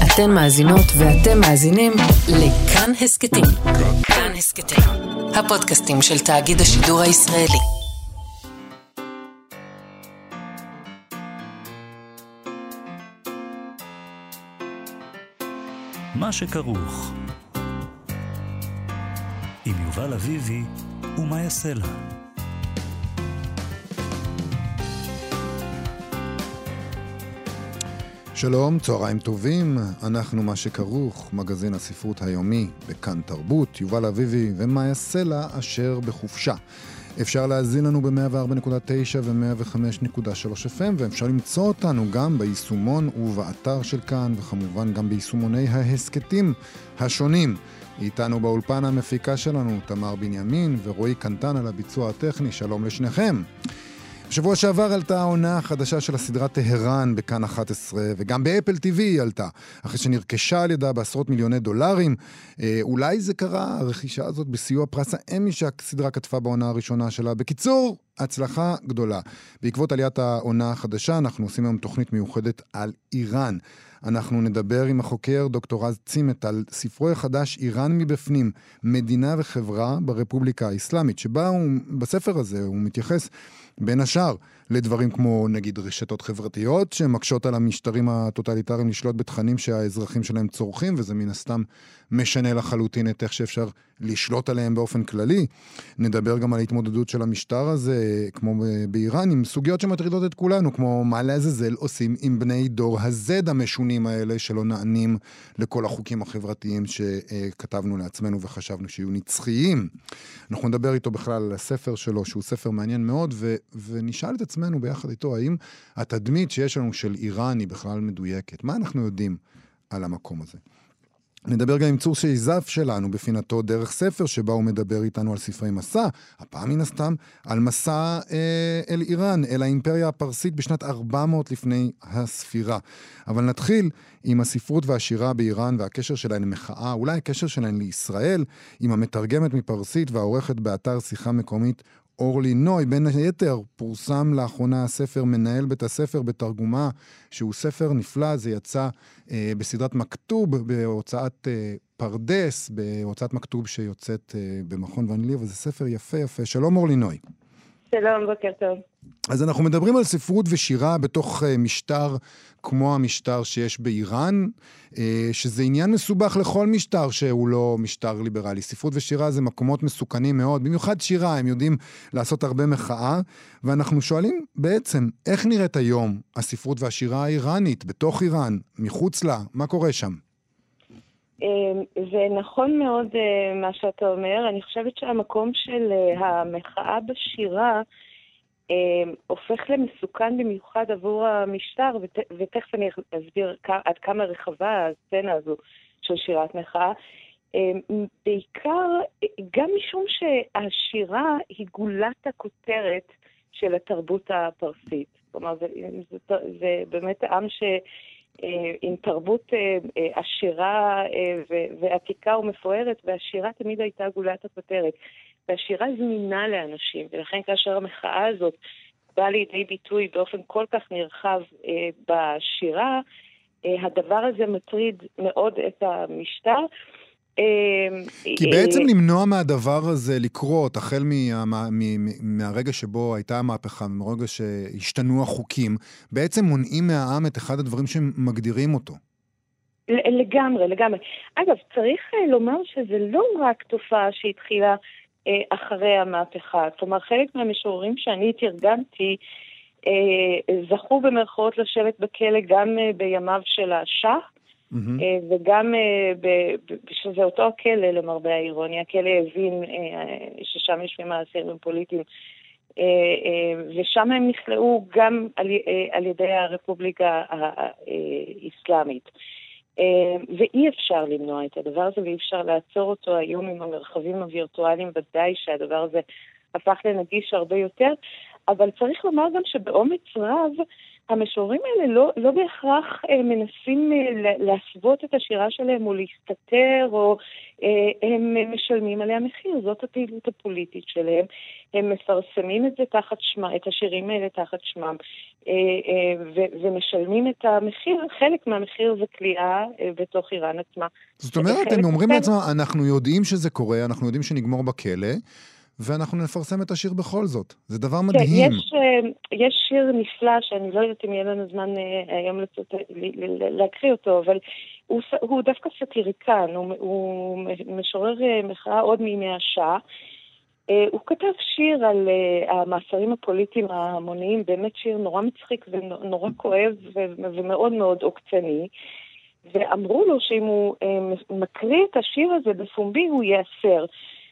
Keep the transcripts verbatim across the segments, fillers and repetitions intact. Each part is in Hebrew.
אתן מאזינות ואתם מאזינים לכאן הסקטים. כאן הסקטים, הפודקאסטים של תאגיד השידור הישראלי. מה שכרוך עם יובל אביבי ומה יעשה לה. שלום, צהריים טובים, אנחנו מה שכרוך, מגזין הספרות היומי בכאן תרבות, יובל אביבי ומה יעשה לה אשר בחופשה. אפשר להזין לנו ב-מאה וארבע נקודה תשע ו-מאה וחמש נקודה שלוש אף אם, ואפשר למצוא אותנו גם ביישומון ובאתר של כאן, וכמובן גם ביישומוני ההסקטים השונים. איתנו באולפן המפיקה שלנו תמר בנימין ורועי קנטן על הביצוע הטכני. שלום לשניכם. בשבוע שעבר עלתה העונה החדשה של הסדרה טהרן בכאן אחת עשרה, וגם באפל טי וי היא עלתה, אחרי שנרכשה על ידה בעשרות מיליוני דולרים. אה, אולי זה קרה, הרכישה הזאת בסיוע פרס האמי שהסדרה כתבה בעונה הראשונה שלה. בקיצור, הצלחה גדולה. בעקבות עליית העונה החדשה, אנחנו עושים היום תוכנית מיוחדת על איראן. אנחנו נדבר עם החוקר דוקטור רז צימת על ספרו החדש איראן מבפנים, מדינה וחברה ברפובליקה האסלאמית, שבה הוא, בספר הזה הוא מתייחס בין השאר לדברים כמו נגיד רשתות חברתיות שמקשות על המשטרים הטוטליטריים לשלוט בתכנים שהאזרחים שלהם צורכים, וזה מן הסתם משנה לחלוטין את איך שאפשר לשלוט עליהם באופן כללי. נדבר גם על ההתמודדות של המשטר הזה, כמו באיראן, עם סוגיות שמטרידות את כולנו, כמו מה לעזאזל עושים עם בני דור הזד המשונים האלה שלא נענים לכל החוקים החברתיים שכתבנו לעצמנו וחשבנו שיהיו נצחיים. אנחנו נדבר איתו בכלל על הספר שלו, שהוא ספר מעניין מאוד, ו- ונשאל את עצמנו ביחד איתו, האם התדמית שיש לנו של איראן היא בכלל מדויקת? מה אנחנו יודעים על המקום הזה? נדבר גם עם צור שייזף שלנו בפינתו דרך ספר, שבה הוא מדבר איתנו על ספרי מסע, הפעם מן הסתם על מסע אה, אל איראן, אל האימפריה הפרסית בשנת ארבע מאות לפני הספירה. אבל נתחיל עם הספרות והשירה באיראן והקשר שלהן למחאה, אולי הקשר שלהן לישראל, עם המתרגמת מפרסית והעורכת באתר שיחה מקומית אורלי נוי. בין היתר פורסם לאחרונה הספר מנהל בית הספר בתרגומה, שהוא ספר נפלא. זה יצא אה, בסדרת מכתוב בהוצאת אה, פרדס, בהוצאת מכתוב שיוצאת אה, במכון ון ליר, וזה ספר יפה יפה. שלום אורלי נוי. שלום, בוקר טוב. אז אנחנו מדברים על ספרות ושירה בתוך uh, משטר כמו המשטר שיש באיראן, uh, שזה עניין מסובך לכל משטר שהוא לא משטר ליברלי. ספרות ושירה זה מקומות מסוכנים מאוד, במיוחד שירה, הם יודעים לעשות הרבה מחאה, ואנחנו שואלים בעצם, איך נראית היום הספרות והשירה האיראנית, בתוך איראן, מחוץ לה, מה קורה שם? זה נכון מאוד מה שאתה אומר. אני חושבת שהמקום של המחאה בשירה הופך למסוכן במיוחד עבור המשטר, ותכף אני אסביר עד כמה רחבה הסצנה הזו של שירת מחאה. בעיקר גם משום שהשירה היא גולת הכותרת של התרבות הפרסית. כלומר, זה, זה, זה באמת עם ש... עם תרבות עשירה ועתיקה ומפוארת, והשירה תמיד הייתה גולת הכותרת. והשירה זמינה לאנשים, ולכן כאשר המחאה הזאת באה לידי ביטוי באופן כל כך נרחב בשירה, הדבר הזה מטריד מאוד את המשטר. כי בעצם למנוע מהדבר הזה לקרות, החל מהרגע שבו הייתה המהפכה, מהרגע שהשתנו החוקים, בעצם מונעים מהעם את אחד הדברים שמגדירים אותו. לגמרי, לגמרי. אגב, צריך לומר שזה לא רק תופעה שהתחילה אחרי המהפכה. כלומר, חלק מהמשוררים שאני תרגמתי, זכו במרכאות לשבת בכלא גם בימיו של השח, Mm-hmm. וגם שזה אותו הכלא, למרבה האירוניה, הכלא הבין ששם יש מעשים פוליטיים, ושם הם נכלאו גם על, על ידי הרפובליקה האסלאמית. ואי אפשר למנוע את הדבר הזה, ואי אפשר לעצור אותו היום עם המרחבים הווירטואליים, ודאי שהדבר הזה הפך לנגיש הרבה יותר, אבל צריך לומר גם שבאומץ רב, המשוררים האלה לא, לא בהכרח אה, מנסים אה, להסוות את השירה שלהם או להסתתר, או אה, הם משלמים עליה מחיר, זאת הפעילות הפוליטית שלהם. הם מפרסמים את זה תחת שמה, את השירים האלה תחת שמם, אה, אה, ו- ומשלמים את המחיר, חלק מהמחיר זה כליאה אה, בתוך איראן עצמה. זאת אומרת, הם אומרים לעצמם, אנחנו יודעים שזה קורה, אנחנו יודעים שנגמור בכלא, ואנחנו נפרסם את השיר בכל זאת. זה דבר מדהים. יש, יש שיר נפלא, שאני לא יודעת אם יהיה לנו זמן היום לצאת, להקריא אותו, אבל הוא, הוא דווקא סטיריקן, הוא, הוא משורר מחאה עוד מימי השעה. הוא כתב שיר על המאסרים הפוליטיים ההמוניים, באמת שיר נורא מצחיק ונורא כואב ומאוד מאוד עוקצני, ואמרו לו שאם הוא מקריא את השיר הזה בפומבי הוא יאסר.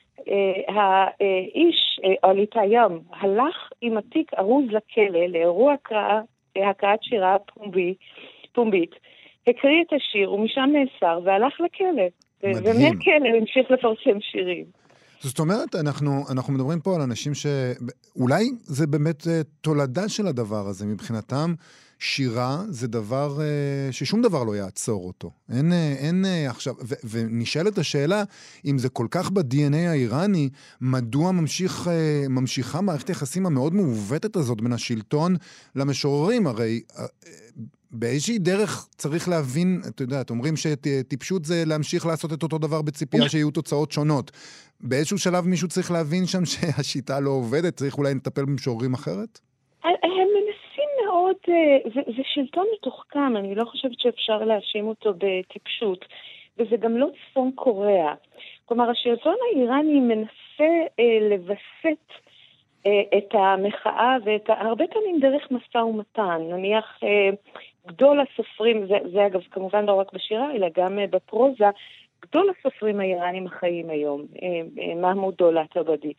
האיש, עלי טיים, הלך עם התיק ארוז לכלא לאירוע הקראת שירה פומבית, הקריא את השיר ומשם נאסר והלך לכלא. ומהכלא המשיך לפרסם שירים. זאת אומרת, אנחנו, אנחנו מדברים פה על אנשים שאולי זה באמת תולדה של הדבר הזה מבחינתם. שירה זה דבר ששום דבר לא יעצור אותו. אין, אין עכשיו, ו, ונשאלת השאלה, אם זה כל כך ב-די אן איי האיראני, מדוע ממשיך, ממשיכה מערכת היחסים המאוד מעוותת הזאת בין השלטון למשוררים? הרי באיזושהי דרך צריך להבין, אתה יודע, אתם אומרים שטיפשות זה להמשיך לעשות את אותו דבר בציפייה שיהיו תוצאות שונות. באיזשהו שלב מישהו צריך להבין שם שהשיטה לא עובדת, צריך אולי לטפל במשוררים אחרת? הם מנסים מאוד, זה, זה שלטון מתוחכם, אני לא חושבת שאפשר להאשים אותו בטיפשות, וזה גם לא צפון קוריאה. כלומר, השלטון האיראני מנסה אה, לבסט אה, את המחאה, ואת הרבה פעמים דרך משא ומתן, נניח אה, גדול הסופרים, זה, זה אגב כמובן לא רק בשירה, אלא גם אה, בפרוזה, גדול הסופרים האיראנים החיים היום, אה, אה, מחמוד דולת עבדי,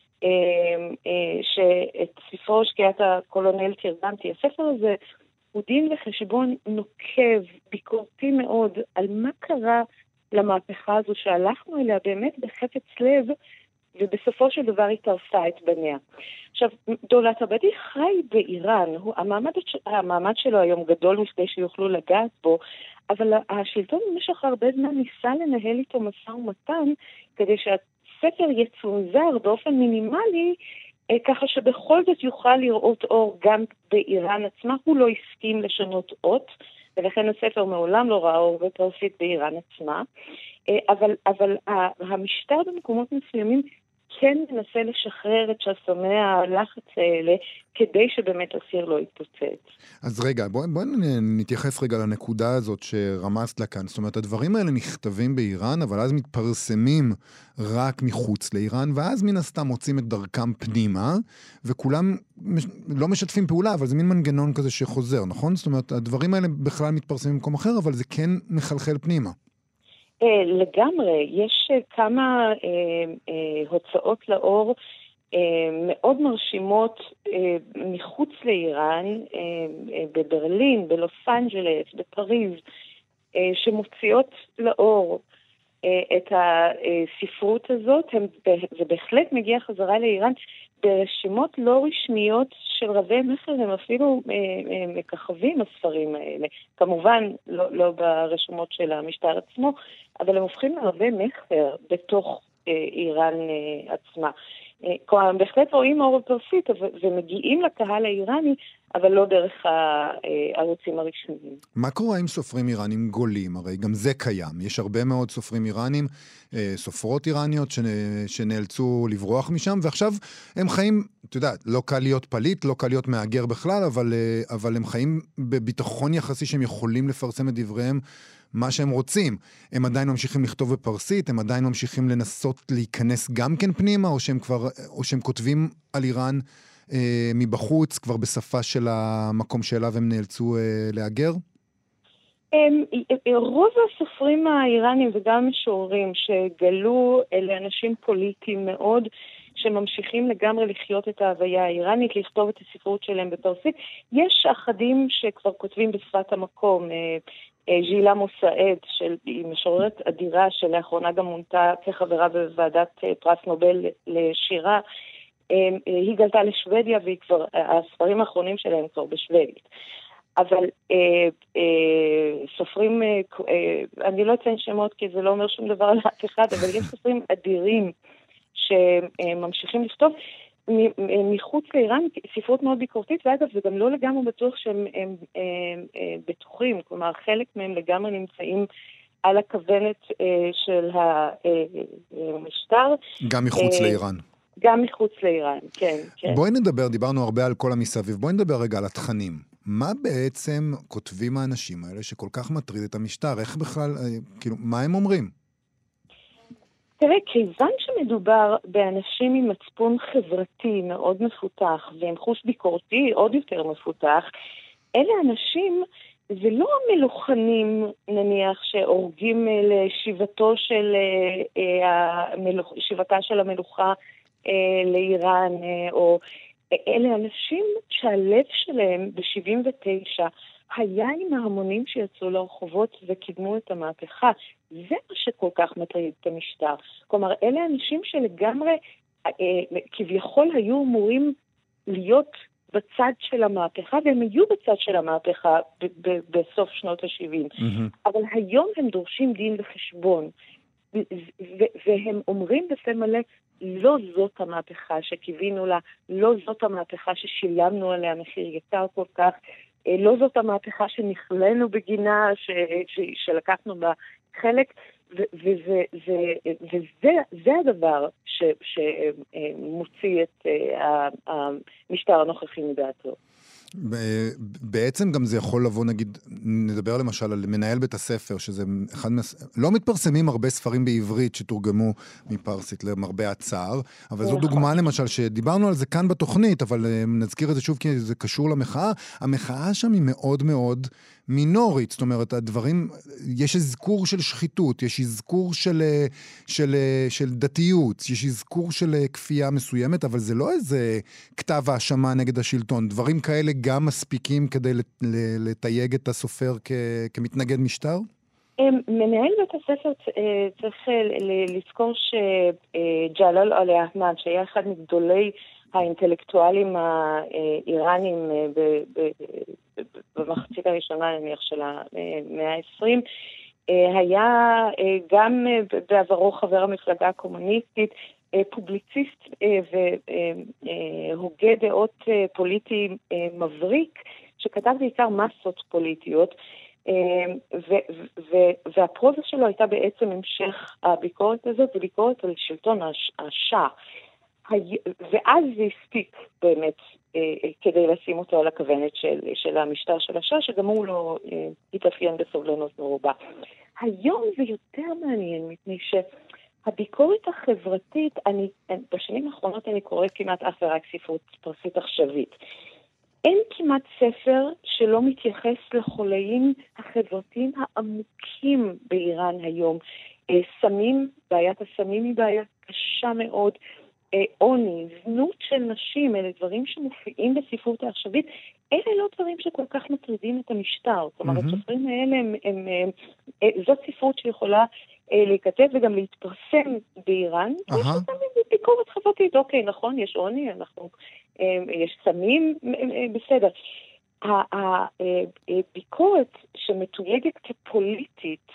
שאת ספרו שקיעת הקולונל תרגמתי. הספר הזה הוא דין וחשבון נוקב, ביקורתי מאוד, על מה קרה למהפכה הזו שהלכנו אליה באמת בחפץ לב, ובסופו של דבר היא תרסה את בניה. עכשיו, דולת עבדי חי באיראן, הוא, המעמד, המעמד שלו היום גדול מכדי שיוכלו לגעת בו, אבל השלטון במשך הרבה זמן ניסה לנהל איתו משא ומתן, כדי שה ספר יצונזר באופן מינימלי, ככה שבכל זאת יוכל לראות אור גם באיראן עצמה. הוא לא הסכים לשנות אות, ולכן הספר מעולם לא ראה אור בפרסית באיראן עצמה. אבל, אבל המשטר במקומות מסוימים כן מנסה לשחרר את שסמי הלחץ האלה, כדי שבאמת הסיר לא יתפוצץ. אז רגע, בואי בוא נתייחס רגע לנקודה הזאת שרמזת לה כאן. זאת אומרת, הדברים האלה נכתבים באיראן, אבל אז מתפרסמים רק מחוץ לאיראן, ואז מן הסתם מוצאים את דרכם פנימה, וכולם לא משתפים פעולה, אבל זה מין מנגנון כזה שחוזר, נכון? זאת אומרת, הדברים האלה בכלל מתפרסמים במקום אחר, אבל זה כן מחלחל פנימה. לגמרי, יש כמה אה, אה, הוצאות לאור אה, מאוד מרשימות אה, מחוץ לאיראן, אה, אה, בברלין, בלוס אנג'לס, בפריז, אה, שמוציאות לאור אה, את הספרות הזאת. הם, זה בהחלט מגיע חזרה לאיראן ברשימות לא רשמיות של רבי מחר, הם אפילו אה, אה, מככבים הספרים האלה. כמובן לא, לא ברשומות של המשטר עצמו, אבל הם הופכים לרבי מחר בתוך אה, איראן אה, עצמה. אה, כלומר, הם בהחלט רואים אור בפרסית ומגיעים לקהל האיראני, אבל לא דרך הערוצים הרשמיים. מה קורה עם סופרים איראנים גולים? הרי גם זה קיים. יש הרבה מאוד סופרים איראנים, סופרות איראניות שנאלצו לברוח משם, ועכשיו הם חיים, אתה יודע, לא קל להיות פליט, לא קל להיות מאגר בכלל, אבל, אבל הם חיים בביטחון יחסי שהם יכולים לפרסם את דבריהם מה שהם רוצים. הם עדיין ממשיכים לכתוב בפרסית, הם עדיין ממשיכים לנסות להיכנס גם כן פנימה, או שהם כבר, או שהם כותבים על איראן מבחוץ, כבר בשפה של המקום שאליו הם נאלצו להגר? רוב הסופרים האיראנים וגם המשוררים שגלו אלה אנשים פוליטיים מאוד, שממשיכים לגמרי לחיות את ההוויה האיראנית, לכתוב את הספרות שלהם בפרסית. יש אחדים שכבר כותבים בשפת המקום, ז'ילה מוסעד, שהיא משוררת אדירה, שלאחרונה גם מונתה כחברה בוועדת פרס נובל לשירה, היא גלתה לשוודיה, והיא כבר, הספרים האחרונים שלהם כבר בשוודית. אבל אה, אה, סופרים, אה, אה, אני לא אציין שמות כי זה לא אומר שום דבר על אף אחד, אבל יש סופרים אדירים שממשיכים לכתוב מחוץ לאיראן, ספרות מאוד ביקורתית, ואגב זה גם לא לגמרי בטוח שהם הם, הם, הם, בטוחים, כלומר חלק מהם לגמרי נמצאים על הכוונת אה, של המשטר. גם מחוץ אה, לאיראן. גם מחוץ לאיראן, כן, כן. בואי נדבר, דיברנו הרבה על כל המסביב, בואי נדבר רגע על התכנים. מה בעצם כותבים האנשים האלה שכל כך מטריד את המשטר? איך בכלל, כאילו, מה הם אומרים? תראה, כיוון שמדובר באנשים עם מצפון חברתי מאוד מפותח, ועם חוש ביקורתי עוד יותר מפותח, אלה אנשים, זה לא המלוכנים, נניח, שהורגים לשיבתו של, שיבתה של המלוכה לאיראן, או אלה אנשים שהלב שלהם ב-שבעים ותשע היה עם ההמונים שיצאו לרחובות וקידמו את המהפכה. זה מה שכל כך מטריד את המשטר. כלומר, אלה אנשים שלגמרי כביכול היו אמורים להיות בצד של המהפכה, והם היו בצד של המהפכה ב- ב- בסוף שנות ה-שבעים. Mm-hmm. אבל היום הם דורשים דין וחשבון, ו- והם אומרים בפה מלא, לא זאת המהפכה שקיווינו לה, לא זאת המהפכה ששילמנו עליה מחיר יקר כל כך, לא זאת המהפכה שנכלנו בגינה, ש- ש- שלקחנו בה חלק, ו- וזה זה, וזה, זה הדבר ש- שמוציא את המשטר הנוכחי מדעתו. בעצם גם זה יכול לבוא, נגיד, נדבר למשל על מנהל בית הספר, שזה אחד מה... לא מתפרסמים הרבה ספרים בעברית שתורגמו מפרסית למרבה הצער, אבל זו דוגמה למשל שדיברנו על זה כאן בתוכנית, אבל נזכיר את זה שוב כי זה קשור למחאה. המחאה שם היא מאוד מאוד מינורית, זאת אומרת, הדברים, יש אזכור של שחיתות, יש אזכור של, של, של דתיות, יש אזכור של כפייה מסוימת, אבל זה לא איזה כתב האשמה נגד השלטון. דברים כאלה גם מספיקים כדי לתייג את הסופר כ, כמתנגד משטר? מנהל בית הספר צריך לזכור שג'לאל אל-אחמד, שהיה אחד מגדולי האינטלקטואלים האיראנים במחצית הראשונה נניח של המאה העשרים, היה גם בעברו חבר המפלגה הקומוניסטית, פובליציסט והוגה דעות פוליטי מבריק, שכתב בעיקר מסות פוליטיות, והפרוזה שלו הייתה בעצם המשך הביקורת הזאת, וביקורת על שלטון השאה. ואז זה הספיק באמת כדי לשים אותו על הכוונת של, של המשטר של השאה, שגם הוא לא התאפיין בסובלנות מרובה. היום זה יותר מעניין, מפני שהביקורת החברתית, אני, בשנים האחרונות אני קוראת כמעט אף ורק ספרות פרסית עכשווית. אין כמעט ספר שלא מתייחס לחולאים החברתיים העמוקים באיראן היום. סמים, בעיית הסמים היא בעיה קשה מאוד, עוני, זנות של נשים, אלה דברים שמופיעים בספרות העכשווית, אלה לא דברים שכל כך מטרידים את המשטר. זאת אומרת, mm-hmm. הספרים האלה, הם, הם, הם, הם, זאת ספרות שיכולה אה, להיכתב וגם להתפרסם באיראן. Uh-huh. יש אותם ביקורת חברתית, אוקיי, נכון, יש עוני, אנחנו, אה, יש סמים, אה, בסדר. הביקורת שמתויגת כפוליטית,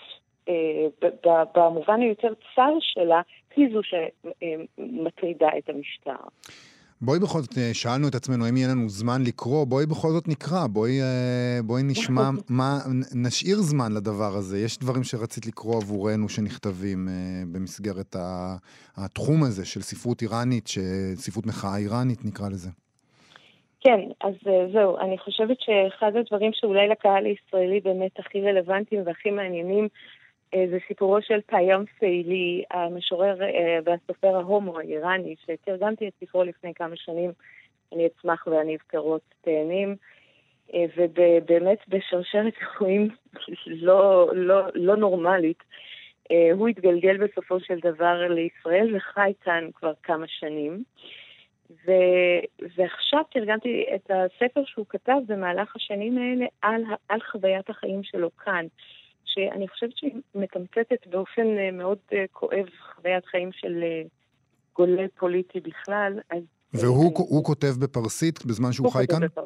במובן היותר צר שלה, היא זו שמטרידה את המשטר. בואי בכל זאת, שאלנו את עצמנו, האם יהיה לנו זמן לקרוא, בואי בכל זאת נקרא, בואי, בואי נשמע, מה, נשאיר זמן לדבר הזה. יש דברים שרצית לקרוא עבורנו שנכתבים במסגרת התחום הזה של ספרות איראנית, ספרות מחאה איראנית נקרא לזה. כן, אז זהו, אני חושבת שאחד הדברים שאולי לקהל הישראלי באמת הכי רלוונטיים והכי מעניינים, זה סיפורו של פיום סיילי, המשורר והסופר ההומו האיראני, שתרגמתי את ספרו לפני כמה שנים, אני אצמח ואני אבקרות תאנים, ובאמת בשרשרת אירועים לא, לא, לא נורמלית, הוא התגלגל בסופו של דבר לישראל וחי כאן כבר כמה שנים, ו... ועכשיו תרגמתי את הספר שהוא כתב במהלך השנים האלה על, על חוויית החיים שלו כאן, שאני חושבת שהיא מתמצתת באופן מאוד כואב חוויית חיים של גולה פוליטי בכלל. אז והוא הוא כותב בפרסית בזמן שהוא חי כאן? בפרסית.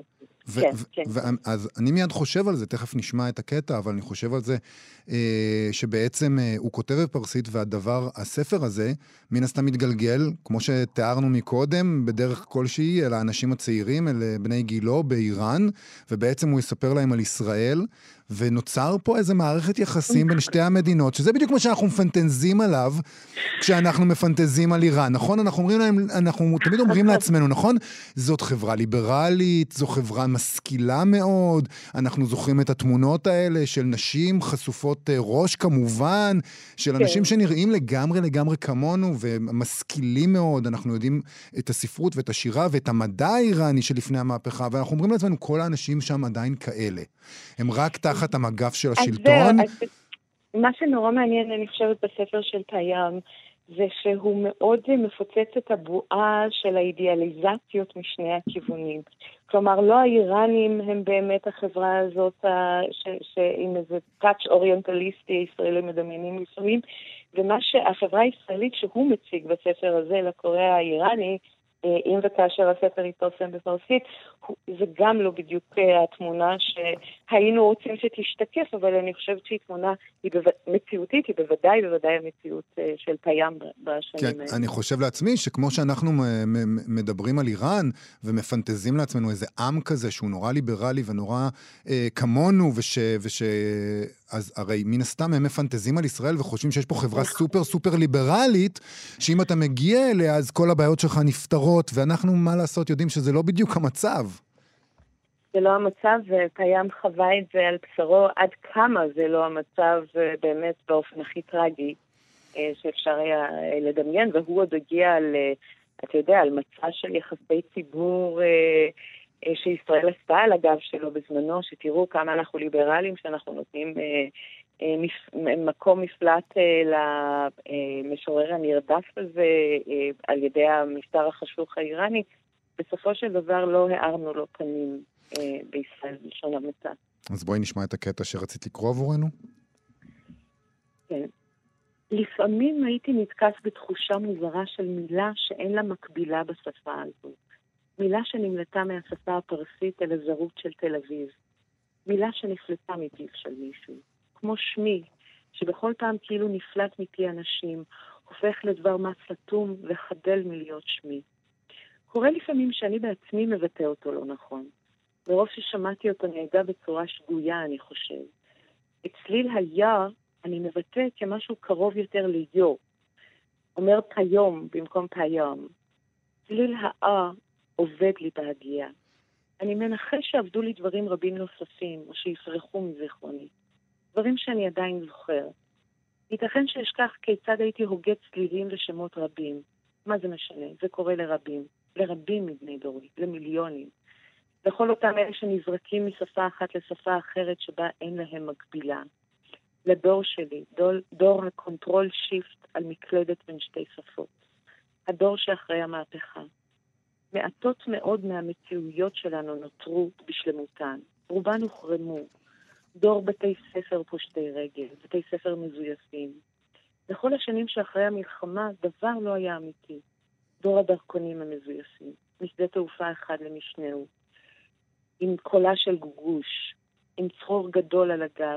ו- כן, ו- כן. ו- אז אני מיד חושב על זה, תכף נשמע את הקטע, אבל אני חושב על זה אה, שבעצם אה, הוא כותב בפרסית, והדבר, הספר הזה, מן הסתם מתגלגל, כמו שתיארנו מקודם, בדרך כלשהי, אל האנשים הצעירים, אל בני גילו באיראן, ובעצם הוא יספר להם על ישראל, ונוצר פה איזה מערכת יחסים בין שתי המדינות, שזה בדיוק מה שאנחנו מפנטזים עליו, כשאנחנו מפנטזים על איראן, נכון? אנחנו אומרים להם, אנחנו תמיד אומרים לעצמנו, נכון? זאת חברה ליברלית, זו חברה משכילה מאוד, אנחנו זוכרים את התמונות האלה של נשים חשופות ראש כמובן, של אנשים שנראים לגמרי לגמרי כמונו, ומשכילים מאוד, אנחנו יודעים את הספרות ואת השירה ואת המדע האיראני שלפני המהפכה, ואנחנו אומרים לעצמנו, כל האנשים שם עדיין כאלה. הם רק תחת המגף של השלטון. אז זה, אז מה שנורא מעניין, אני חושבת, בספר של פיים, זה שהוא מאוד מפוצץ את הבועה של האידיאליזציות משני הכיוונים. כלומר, לא האיראנים הם באמת החברה הזאת ש- שעם איזה טאץ' אוריינטליסטי ישראלים מדמיינים לפעמים, ומה שהחברה הישראלית שהוא מציג בספר הזה לקורא האיראני, אם וכאשר הספר יתפרסם בפרסית, זה גם לא בדיוק התמונה שהיינו רוצים שתשתקף, אבל אני חושבת שהיא תמונה היא בו... מציאותית, היא בוודאי, בוודאי המציאות של פיים בשנים כן, האלה. אני חושב לעצמי שכמו שאנחנו מדברים על איראן, ומפנטזים לעצמנו איזה עם כזה, שהוא נורא ליברלי ונורא אה, כמונו, וש... וש... אז הרי מן הסתם הם מפנטזים על ישראל, וחושבים שיש פה חברה סופר סופר ליברלית, שאם אתה מגיע אליה, אז כל הבעיות שלך נפתרות, ואנחנו, מה לעשות, יודעים שזה לא בדיוק המצב. זה לא המצב, ופיים חווה את זה על בשרו, עד כמה זה לא המצב באמת באופן הכי טרגי שאפשר היה לדמיין, והוא עוד הגיע על, אתה יודע, על מצע של יחסי ציבור שישראל עשתה על הגב שלו בזמנו, שתראו כמה אנחנו ליברליים, שאנחנו נותנים מקום מפלט למשורר הנרדף הזה על ידי המשטר החשוך האיראני. בסופו של דבר לא הערנו לו פנים בישראל בלשון המעטה. אז בואי נשמע את הקטע שרצית לקרוא עבורנו. כן. לפעמים הייתי נתקף בתחושה מוזרה של מילה שאין לה מקבילה בשפה הזו. מילה שנמלטה מהשפה הפרסית אל הזרות של תל אביב. מילה שנפלטה מפיו של מישהו. כמו שמי, שבכל פעם כאילו נפלט מפי אנשים, הופך לדבר מה סתום וחדל מלהיות שמי. קורה לפעמים שאני בעצמי מבטא אותו לא נכון. ברוב ששמעתי אותו נהגה בצורה שגויה, אני חושב. את צליל היה אני מבטא כמשהו קרוב יותר ליו. אומר פיום במקום פיום. צליל האה עובד לי בהגיעה. אני מנחש שעבדו לי דברים רבים נוספים, או שיפרחו מזיכרוני. דברים שאני עדיין זוכר. ייתכן שאשכח כיצד הייתי הוגה צלילים ושמות רבים. מה זה משנה? זה קורה לרבים. לרבים מבני דורי, למיליונים. לכל אותם אלה שנזרקים משפה אחת לשפה אחרת שבה אין להם מקבילה. לדור שלי, דור, דור הקונטרול שיפט על מקלדת בין שתי שפות. הדור שאחרי המהפכה. מעטות מאוד מהמציאויות שלנו נותרו בשלמותן. רובן הוחרמו. דור בתי ספר פושטי רגל, בתי ספר מזויפים. לכל השנים שאחרי המלחמה דבר לא היה אמיתי. דור הדרכונים המזויפים, משדה תעופה אחד למשנהו, עם קולה של גוגוש, עם צרור גדול על הגב.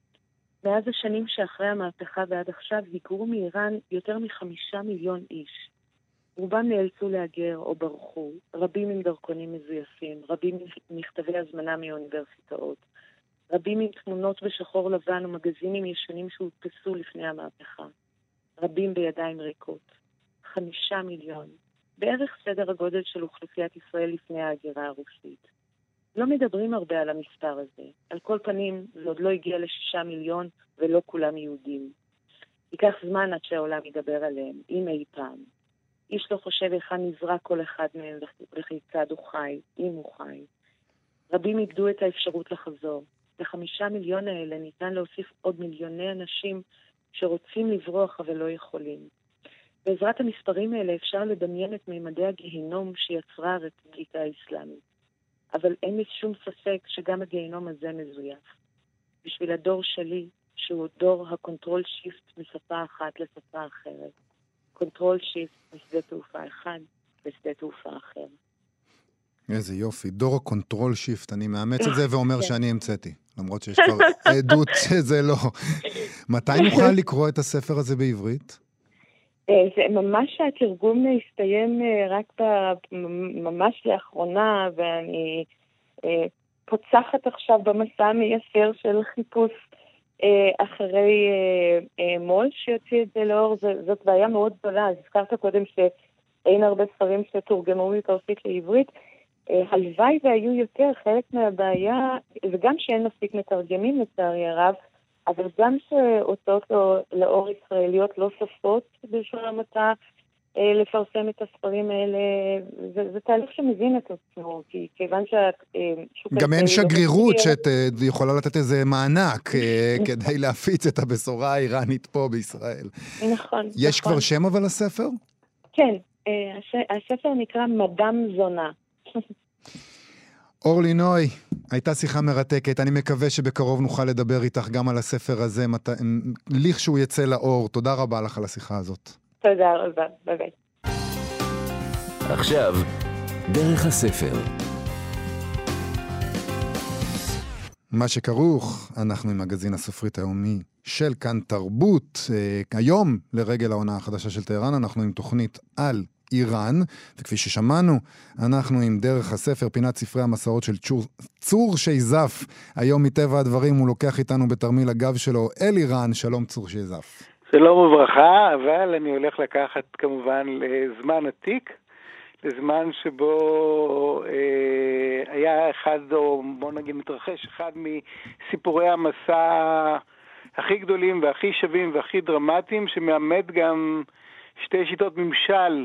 מאז השנים שאחרי המהפכה ועד עכשיו היגרו מאיראן יותר מחמישה מיליון איש. רובם נאלצו להגר או ברחו, רבים עם דרכונים מזויפים, רבים עם מכתבי הזמנה מאוניברסיטאות, רבים עם תמונות בשחור לבן ומגזינים ישנים שהודפסו לפני המהפכה, רבים בידיים ריקות. חמישה מיליון, בערך סדר הגודל של אוכלוסיית ישראל לפני ההגירה הרוסית. לא מדברים הרבה על המספר הזה. על כל פנים, זה עוד לא הגיע לשישה מיליון ולא כולם יהודים. ייקח זמן עד שהעולם ידבר עליהם, אם אי פעם. איש לא חושב היכן נזרק כל אחד מהם וכיצד הוא חי, אם הוא חי. רבים איבדו את האפשרות לחזור. לחמישה מיליון האלה ניתן להוסיף עוד מיליוני אנשים שרוצים לברוח אבל לא יכולים. בעזרת המספרים האלה אפשר לדמיין את מימדי הגיהינום שיצרה הרפובליקה האסלאמית. אבל אין לי שום ספק שגם הגיהינום הזה מזויף. בשביל הדור שלי, שהוא דור הקונטרול שיפט משפה אחת לשפה אחרת. קונטרול שיפט משדה תעופה אחד לשדה תעופה אחר. איזה יופי, דור קונטרול שיפט, אני מאמץ את זה ואומר שאני המצאתי, למרות שיש כבר עדות שזה לא. מתי נוכל לקרוא את הספר הזה בעברית? זה ממש התרגום הסתיים רק ממש לאחרונה, ואני פוצחת עכשיו במסע המייסר של חיפוש אחרי מול שיוציא את זה לאור. זאת בעיה מאוד גדולה. אז הזכרת קודם שאין הרבה ספרים שתורגמו מפרסית לעברית. הלוואי והיו יותר. חלק מהבעיה, וגם שאין מספיק מתרגמים לצערי הרב, אבל גם שהוצאות לאור ישראליות לא סופות בלשון המעטה לפרסם את הספרים האלה, זה, זה תהליך שמבין את עצמו, כי כיוון שהשוק... גם אין שגרירות לא שאת יכולה לתת איזה מענק כדי להפיץ את הבשורה האיראנית פה בישראל. נכון. יש נכון. כבר שם אבל הספר? כן, הספר נקרא מדם זונה. אורלי נוי, הייתה שיחה מרתקת, אני מקווה שבקרוב נוכל לדבר איתך גם על הספר הזה, מת... לכשהוא יצא לאור. תודה רבה לך על השיחה הזאת. תודה רבה, ביי ביי. עכשיו, דרך הספר. מה שכרוך, אנחנו עם מגזין הספרית היומי של כאן תרבות. היום, לרגל העונה החדשה של טהרן, אנחנו עם תוכנית על איראן, וכפי ששמענו, אנחנו עם דרך הספר, פינת ספרי המסעות של צור, צור שייזף. היום מטבע הדברים הוא לוקח איתנו בתרמיל הגב שלו אל איראן. שלום צור שייזף. שלום וברכה, אבל אני הולך לקחת כמובן לזמן עתיק, לזמן שבו אה, היה אחד, או בוא נגיד מתרחש, אחד מסיפורי המסע הכי גדולים והכי שווים והכי דרמטיים, שמאמת גם שתי שיטות ממשל,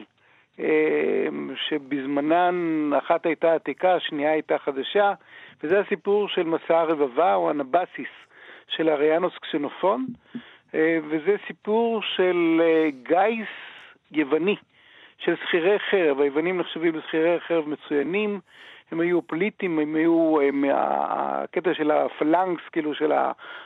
שבזמנן אחת הייתה עתיקה, השנייה הייתה חדשה, וזה הסיפור של מסע הרבבה או הנבסיס של אריאנוס קסנופון, וזה סיפור של גיס יווני, של שכירי חרב. היוונים נחשבים לשכירי חרב מצוינים, הם היו פוליטים, הם היו מהקטע של הפלנקס, כאילו של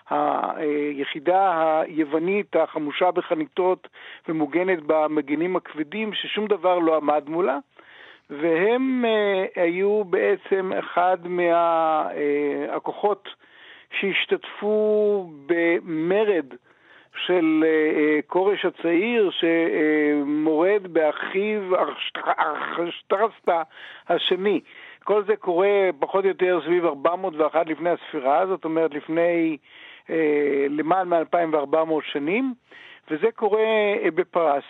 היחידה היוונית החמושה בחניתות ומוגנת במגינים הכבדים, ששום דבר לא עמד מולה, והם היו בעצם אחד מהכוחות שהשתתפו במרד של קורש הצעיר שמורד באחיו ארשטרסטה השני. כל זה קורה פחות או יותר סביב ארבע מאות ואחת לפני הספירה, זאת אומרת לפני אה, למעלה מ-אלפיים וארבע מאות שנים, וזה קורה אה, בפרס.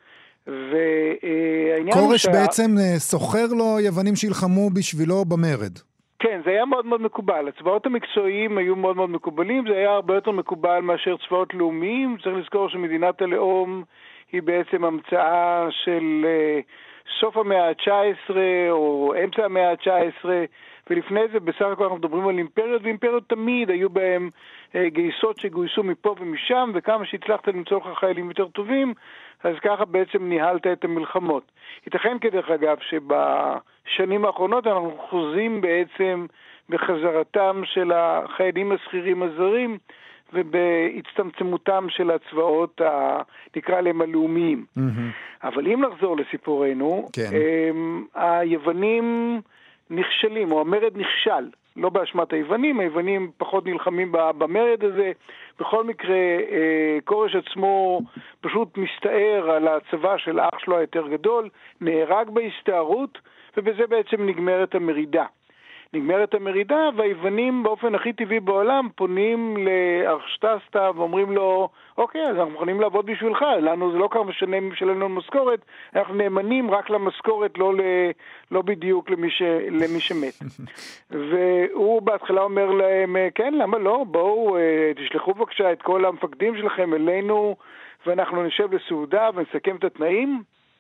והעניין קורש שה... בעצם סוחר לו יוונים שילחמו בשבילו במרד. כן, זה היה מאוד מאוד מקובל. הצבאות המקצועיים היו מאוד מאוד מקובלים, זה היה הרבה יותר מקובל מאשר צבאות לאומיים. צריך לזכור שמדינת הלאום היא בעצם המצאה של סוף המאה ה-תשע עשרה או אמצע המאה ה-תשע עשרה, ולפני זה בסך הכל אנחנו מדברים על אימפריות, ואימפריות תמיד היו בהם גייסות שגויסו מפה ומשם, וכמה שהצלחת למצוא לך חיילים יותר טובים, אז ככה בעצם ניהלת את המלחמות. ייתכן כדרך אגב שבשנים האחרונות אנחנו חוזים בעצם בחזרתם של החיילים הסחירים הזרים, ובהצטמצמותם של הצבאות, ה... נקרא להם הלאומיים. Mm-hmm. אבל אם נחזור לסיפורנו, כן. הם, היוונים נכשלים, או המרד נכשל, לא באשמת היוונים, היוונים פחות נלחמים במרד הזה. בכל מקרה, קורש עצמו פשוט מסתער על הצבא של אח שלו היותר גדול, נהרג בהסתערות, ובזה בעצם נגמרת המרידה. נגמרת המרידה, והיוונים באופן הכי טבעי בעולם פונים לארשטסטה ואומרים לו, אוקיי, אז אנחנו מוכנים לעבוד בשבילך, לנו זה לא כמה משנה משלנו משכורת, אנחנו נאמנים רק למשכורת, לא, ל, לא בדיוק למי, ש, למי שמת. והוא בהתחלה אומר להם, כן, למה לא? בואו, תשלחו בבקשה את כל המפקדים שלכם אלינו, ואנחנו נשב לסעודה ונסכם את התנאים.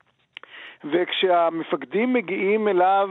וכשהמפקדים מגיעים אליו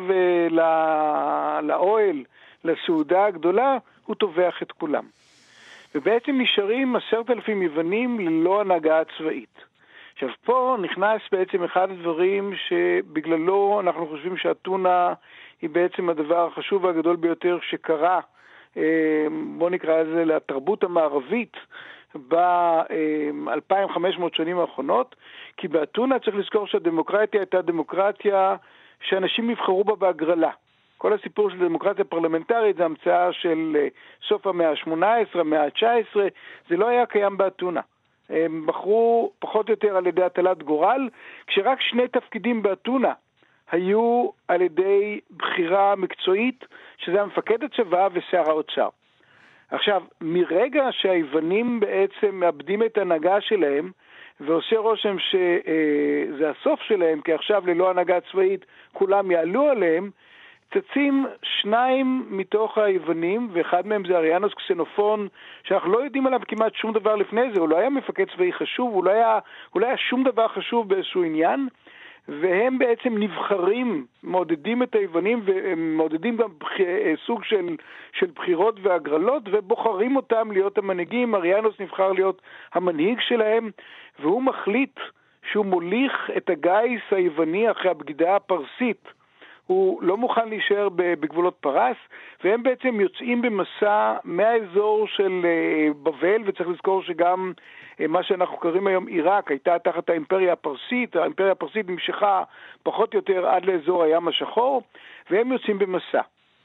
לאוהל, לסעודה הגדולה, הוא טובח את כולם. ובעצם נשארים עשרת אלפים יוונים ללא הנהגה צבאית. עכשיו פה נכנס בעצם אחד הדברים שבגללו אנחנו חושבים שהטונה היא בעצם הדבר החשוב והגדול ביותר שקרה, בוא נקרא לזה לתרבות המערבית, ב-אלפיים וחמש מאות שנים האחרונות, כי באתונה צריך לזכור שהדמוקרטיה הייתה דמוקרטיה שאנשים יבחרו בה בהגרלה. כל הסיפור של דמוקרטיה פרלמנטרית זה המצאה של סוף המאה ה-שמונה עשרה, המאה ה-תשע עשרה, זה לא היה קיים באתונה. הם בחרו פחות או יותר על ידי הטלת גורל, כשרק שני תפקידים באתונה היו על ידי בחירה מקצועית, שזה המפקד הצבא ושר האוצר. עכשיו, מרגע שהיוונים בעצם מאבדים את הנהגה שלהם, ועושה רושם שזה הסוף שלהם, כי עכשיו ללא הנהגה צבאית כולם יעלו עליהם, צצים שניים מתוך היוונים, ואחד מהם זה אריאנוס קסנופון, שאנחנו לא יודעים עליו כמעט שום דבר לפני זה, הוא לא היה מפקד צבאי חשוב, הוא לא היה, הוא לא היה שום דבר חשוב באיזשהו עניין, והם בעצם נבחרים, מעודדים את היוונים, ומעודדים גם סוג של, של בחירות והגרלות, ובוחרים אותם להיות המנהיגים. אריאנוס נבחר להיות המנהיג שלהם, והוא מחליט שהוא מוליך את הגייס היווני אחרי הבגידה הפרסית. הוא לא מוכן להישאר בגבולות פרס, והם בעצם יוצאים במסע מהאזור של בבל, וצריך לזכור שגם מה שאנחנו קוראים היום עיראק הייתה תחת האימפריה הפרסית, האימפריה הפרסית נמשכה פחות או יותר עד לאזור הים השחור, והם יוצאים במסע.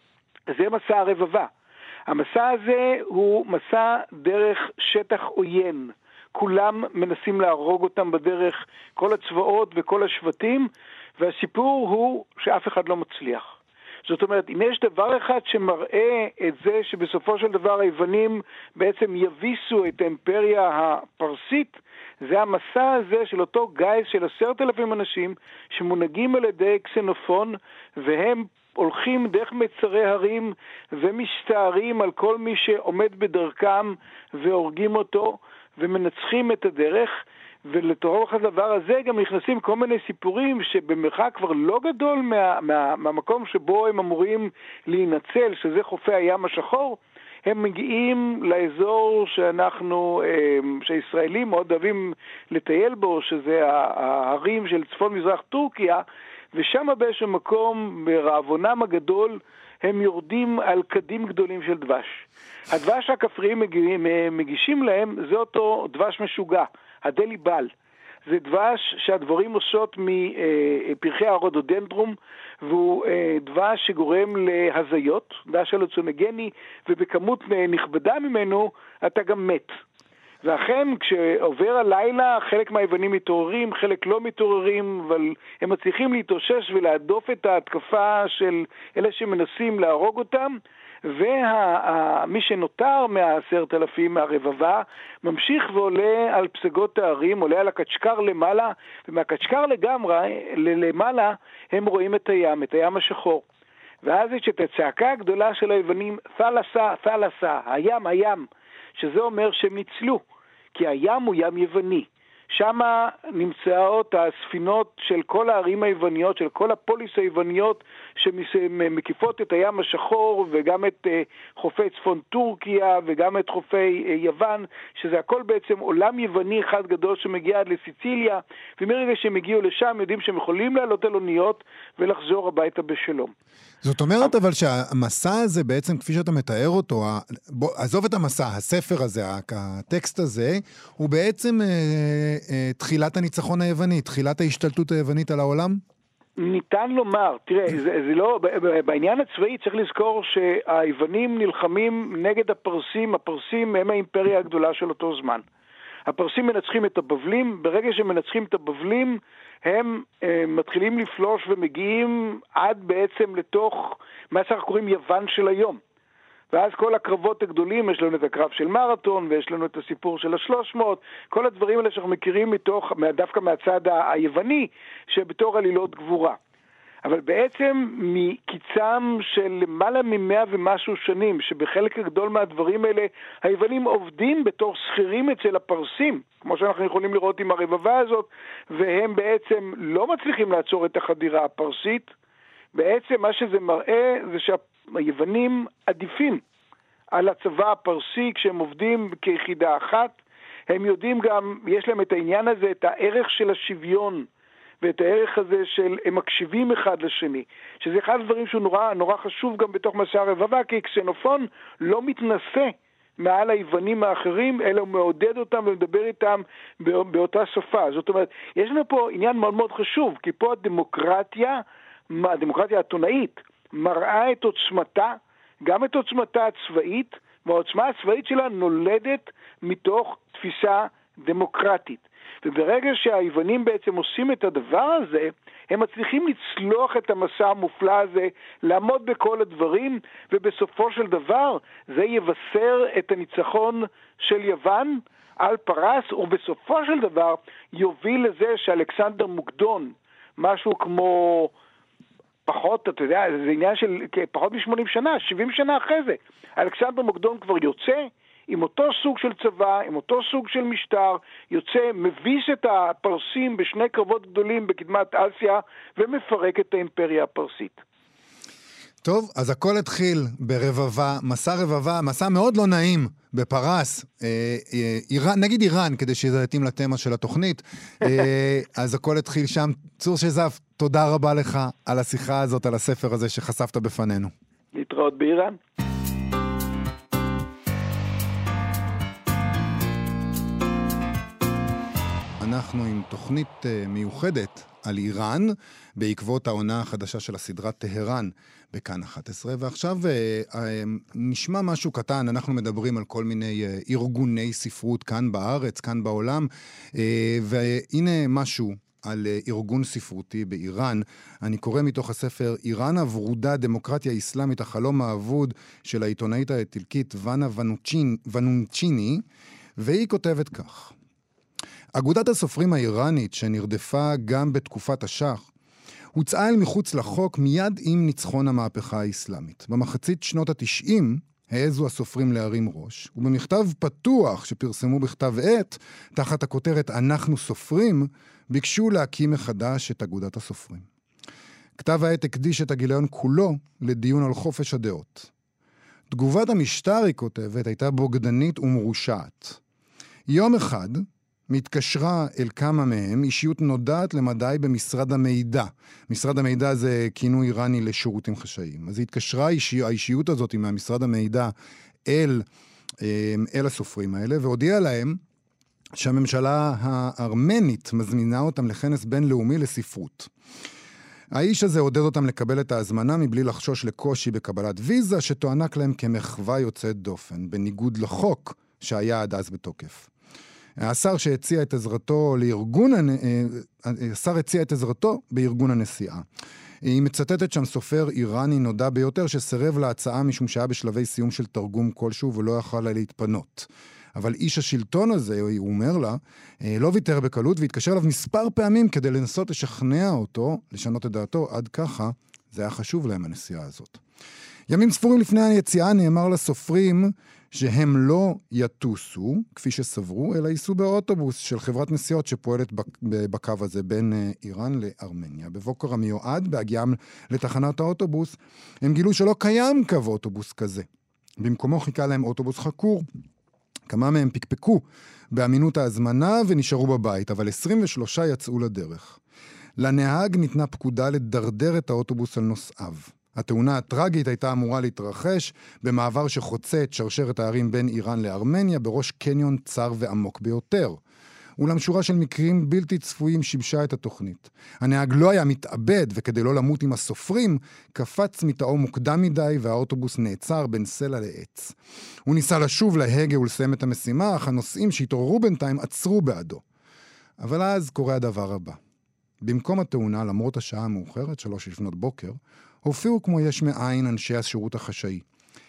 זה מסע הרבבה. המסע הזה הוא מסע דרך שטח עוין. כולם מנסים להרוג אותם בדרך, כל הצבאות וכל השבטים, והסיפור הוא שאף אחד לא מצליח. זאת אומרת, אם יש דבר אחד שמראה את זה שבסופו של דבר היוונים בעצם יביסו את האימפריה הפרסית, זה המסע הזה של אותו גייס של עשרת אלפים אנשים שמונהגים על ידי קסנופון, והם הולכים דרך מצרי הרים ומשתערים על כל מי שעומד בדרכם והורגים אותו ומנצחים את הדרך. ולתורך הדבר הזה גם נכנסים כל מיני סיפורים שבמרחק כבר לא גדול מה, מה, מהמקום שבו הם אמורים להינצל, שזה חופי הים השחור. הם מגיעים לאזור שאנחנו, שהישראלים מאוד אוהבים לטייל בו, שזה ההרים של צפון מזרח טורקיה, ושם באיזשהו מקום, ברעבונם הגדול, הם יורדים על קדים גדולים של דבש. הדבש הכפריים מגישים להם, זה אותו דבש משוגע, הדלי בל. זה דבש שהדבורים עושות מפרחי הרודודנדרום, והוא דבש שגורם להזיות, דבש הלוצינוגני, ובכמות נכבדה ממנו אתה גם מת. ואכן, כשעובר הלילה, חלק מהיוונים מתעוררים, חלק לא מתעוררים, אבל הם מצליחים להתאושש ולהדוף את ההתקפה של אלה שמנסים להרוג אותם, ומי שנותר מהעשרת אלפים מהרבבה ממשיך ועולה על פסגות הערים, עולה על הקצ'קר למעלה, ומהקצ'קר לגמרי למעלה הם רואים את הים, את הים השחור. ואז יש את הצעקה הגדולה של היוונים, ת'לסה, ת'לסה, הים, הים, שזה אומר שהם ניצלו, כי הים הוא ים יווני. שם נמצאות הספינות של כל הערים היווניות, של כל הפוליס היווניות שמקיפות את הים השחור וגם את חופי צפון טורקיה וגם את חופי יוון, שזה הכל בעצם עולם יווני אחד גדול שמגיע עד לסיציליה, ומרגע שהם הגיעו לשם יודעים שהם יכולים לעלות על אוניות ולחזור הביתה בשלום. זאת אומרת אבל שהמסע הזה בעצם כפי שאתה מתאר אותו, בוא, עזוב את המסע, הספר הזה, הטקסט הזה, הוא בעצם אה, אה, תחילת הניצחון היווני, תחילת ההשתלטות היוונית על העולם? ניתן לומר, תראה, זה, זה לא, בעניין הצבאי צריך לזכור שהיוונים נלחמים נגד הפרסים, הפרסים הם האימפריה הגדולה של אותו זמן. הפרסים מנצחים את הבבלים, ברגע שמנצחים את הבבלים, הם אה, מתחילים לפלוש ומגיעים עד בעצם לתוך מה שאנחנו קוראים יוון של היום. ואז כל הקרבות הגדולים, יש לנו את הקרב של מרתון, ויש לנו את הסיפור של השלוש מאות, כל הדברים האלה שאנחנו מכירים מתוך, דווקא מהצד היווני, שבתור עלילות גבורה. אבל בעצם מקיצם של למעלה ממאה ומשהו שנים, שבחלק הגדול מהדברים האלה, היוונים עובדים בתור שכירים אצל הפרסים, כמו שאנחנו יכולים לראות עם הרבבה הזאת, והם בעצם לא מצליחים לעצור את החדירה הפרסית. בעצם מה שזה מראה זה שהיוונים עדיפים על הצבא הפרסי כשהם עובדים כיחידה אחת. הם יודעים גם, יש להם את העניין הזה, את הערך של השוויון, ואת הערך הזה של הם מקשיבים אחד לשני, שזה אחד הדברים שהוא נורא, נורא חשוב גם בתוך מסע הרבבה, כי קסנופון לא מתנשא מעל היוונים האחרים, אלא הוא מעודד אותם ומדבר איתם באותה שפה. זאת אומרת, יש לנו פה עניין מאוד מאוד חשוב, כי פה הדמוקרטיה, הדמוקרטיה האתונאית, מראה את עוצמתה, גם את עוצמתה הצבאית, והעוצמה הצבאית שלה נולדת מתוך תפיסה דמוקרטית. וברגע שהיוונים בעצם עושים את הדבר הזה, הם מצליחים לצלוח את המסע המופלא הזה, לעמוד בכל הדברים, ובסופו של דבר זה יבשר את הניצחון של יוון על פרס, ובסופו של דבר יוביל לזה שאלכסנדר מוקדון, משהו כמו פחות, אתה יודע, זה עניין של פחות מ-שמונים שנה, שבעים שנה אחרי זה, אלכסנדר מוקדון כבר יוצא, עם אותו סוג של צבא, עם אותו סוג של משטר, יוצא, מביס את הפרסים בשני קרבות גדולים בקדמת אסיה, ומפרק את האימפריה הפרסית. טוב, אז הכל התחיל ברבבה, מסע רבבה, מסע מאוד לא נעים בפרס, אה, אה, איראן, נגיד איראן, כדי שזה יתאים לתמה של התוכנית, אה, אז הכל התחיל שם. צור שזף, תודה רבה לך על השיחה הזאת, על הספר הזה שחשפת בפנינו. להתראות באיראן. אנחנו עם תוכנית מיוחדת על איראן, בעקבות העונה החדשה של הסדרה טהרן בכאן אחת עשרה, ועכשיו נשמע משהו קטן. אנחנו מדברים על כל מיני ארגוני ספרות כאן בארץ, כאן בעולם, והנה משהו על ארגון ספרותי באיראן. אני קורא מתוך הספר איראן הוורודה, דמוקרטיה איסלאמית, החלום האבוד, של העיתונאית האיטלקית ואנה ונונצ'יני, והיא כותבת כך: אגודת הסופרים האיראנית, שנרדפה גם בתקופת השח, הוצאה אל מחוץ לחוק מיד עם ניצחון המהפכה האסלאמית. במחצית שנות התשעים העזו הסופרים להרים ראש, ובמכתב פתוח שפרסמו בכתב עת, תחת הכותרת אנחנו סופרים, ביקשו להקים מחדש את אגודת הסופרים. כתב העת הקדיש את הגיליון כולו לדיון על חופש הדעות. תגובת המשטר, היא כותבת, הייתה בוגדנית ומרושעת. יום אחד מתקשרה אל כמה מהם אישיות נודעת למדי במשרד המידע. משרד המידע זה כינוי איראני לשירותים חשאיים. אז התקשרה האישי, האישיות הזאת מהמשרד המידע אל, אל הסופרים האלה, והודיעה להם שהממשלה הארמנית מזמינה אותם לכנס בינלאומי לספרות. האיש הזה עודד אותם לקבל את ההזמנה מבלי לחשוש לקושי בקבלת ויזה, שתוענק להם כמחווה יוצאת דופן, בניגוד לחוק שהיה עד אז בתוקף. השר שהציע את עזרתו לארגון, השר הציע את עזרתו בארגון הנסיעה. היא מצטטת שם סופר איראני נודע ביותר שסרב להצעה משום שהיה בשלבי סיום של תרגום כלשהו ולא יכל לה להתפנות. אבל איש השלטון הזה, הוא אומר לה, לא ויתר בקלות והתקשר אליו מספר פעמים כדי לנסות לשכנע אותו, לשנות את דעתו. עד ככה זה היה חשוב להם הנסיעה הזאת. ימים ספורים לפני היציאה נאמר לסופרים שהם לא יטוסו, כפי שסברו, אלא ייסעו באוטובוס של חברת נסיעות שפועלת בקו הזה בין איראן לארמניה. בבוקר המיועד, בהגיעם לתחנת האוטובוס, הם גילו שלא קיים קו אוטובוס כזה. במקומו חיכה להם אוטובוס חקור. כמה מהם פקפקו באמינות ההזמנה ונשארו בבית, אבל עשרים ושלושה יצאו לדרך. לנהג ניתנה פקודה לדרדר את האוטובוס על נוסעיו. התאונה הטרגית הייתה אמורה להתרחש במעבר שחוצה את שרשרת הערים בין איראן לארמניה, בראש קניון צר ועמוק ביותר. אולם שורה של מקרים בלתי צפויים שיבשה את התוכנית. הנהג לא היה מתאבד, וכדי לא למות עם הסופרים, קפץ מתאו מוקדם מדי, והאוטובוס נעצר בין סלע לעץ. הוא ניסה לשוב להגה ולסיים את המשימה, אך הנוסעים שהתעוררו בינתיים עצרו בעדו. אבל אז קורה הדבר הבא. במקום התאונה, למרות השעה המאוחרת, שלוש לפנות בוקר, הופיעו כמו יש מאין אנשי השירות החשאי.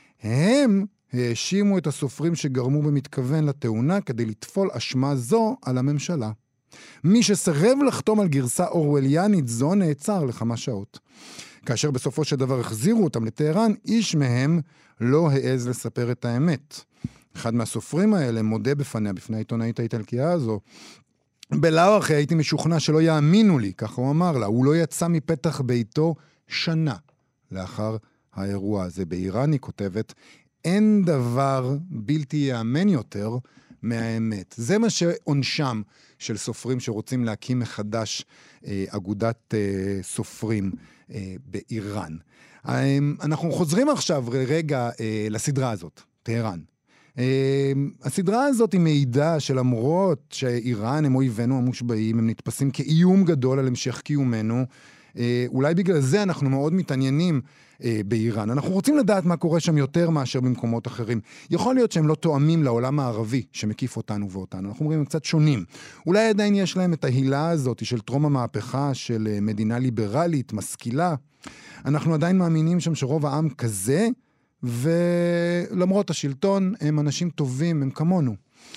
הם האשימו את הסופרים שגרמו במתכוון לתאונה כדי לטפול אשמה זו על הממשלה. מי שסרב לחתום על גרסה אורווליאנית זו נעצר לכמה שעות. כאשר בסופו של דבר החזירו אותם לטהרן, איש מהם לא העז לספר את האמת. אחד מהסופרים האלה מודה בפניה, בפני העיתונאית האיטלקייה הזו, בלאו אחרי הייתי משוכנע שלא יאמינו לי, ככה הוא אמר לה. הוא לא יצא מפתח ביתו שנה לאחר האירוע הזה. באיראן היא כותבת, אין דבר בלתי יאמן יותר מהאמת. זה מה שעונשם של סופרים שרוצים להקים מחדש אה, אגודת אה, סופרים אה, באיראן. אה, אנחנו חוזרים עכשיו רגע אה, לסדרה הזאת, טהרן. אה, הסדרה הזאת היא מעידה שלמרות שאיראן הם אויבינו המושבעים, הם נתפסים כאיום גדול על המשך קיומנו, אולי בגלל זה אנחנו מאוד מתעניינים באיראן. אנחנו רוצים לדעת מה קורה שם יותר מאשר במקומות אחרים. יכול להיות שהם לא תואמים לעולם הערבי שמקיף אותנו ואותנו. אנחנו אומרים, הם קצת שונים. אולי עדיין יש להם את ההילה הזאת של טרום המהפכה של מדינה ליברלית, משכילה. אנחנו עדיין מאמינים שם שרוב העם כזה, ולמרות השלטון, הם אנשים טובים, הם כמונו.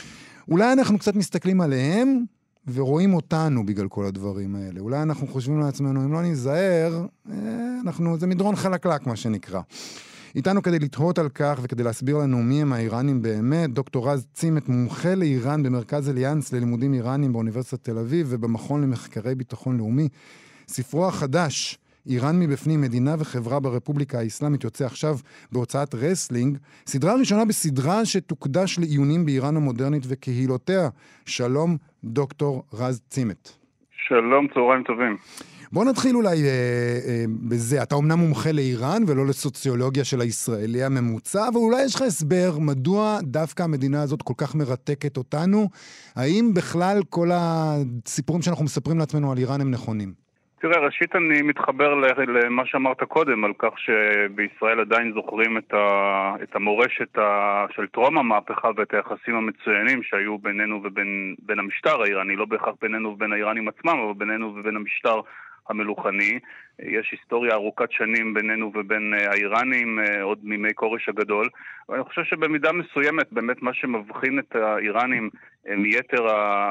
אולי אנחנו קצת מסתכלים עליהם, ורואים אותנו בגלל כל הדברים האלה. אולי אנחנו חושבים לעצמנו, אם לא נזהר, אנחנו, זה מדרון חלקלק, מה שנקרא. איתנו כדי לתהות על כך, וכדי להסביר לנו מי הם האיראנים באמת, דוקטור רז צימת, מומחה לאיראן במרכז אליאנס ללימודים איראנים באוניברסיטת תל אביב, ובמכון למחקרי ביטחון לאומי. ספרו החדש, איראן מבפנים, מדינה וחברה ברפובליקה האסלאמית, יוצא עכשיו בהוצאת רסלינג, סדרה ראשונה בסדרה שתוקדש לעיונים באיראן המודרנית וקהילותיה. שלום, דוקטור רז צימת. שלום, צהריים טובים. בוא נתחיל אולי אה, אה, בזה. אתה אומנם מומחה לאיראן ולא לסוציולוגיה של הישראלי הממוצע, אבל אולי יש לך הסבר מדוע דווקא המדינה הזאת כל כך מרתקת אותנו. האם בכלל כל הסיפורים שאנחנו מספרים לעצמנו על איראן הם נכונים? תראה, ראשית אני מתחבר למה שאמרת קודם, על כך שבישראל עדיין זוכרים את, ה, את המורשת ה, של טרום המהפכה ואת היחסים המצוינים שהיו בינינו ובין בין המשטר האיראני, לא בהכרח בינינו ובין האיראנים עצמם, אבל בינינו ובין המשטר המלוכני. יש היסטוריה ארוכת שנים בינינו ובין האיראנים, עוד מימי כורש הגדול. ואני חושב שבמידה מסוימת, באמת מה שמבחין את האיראנים מיתר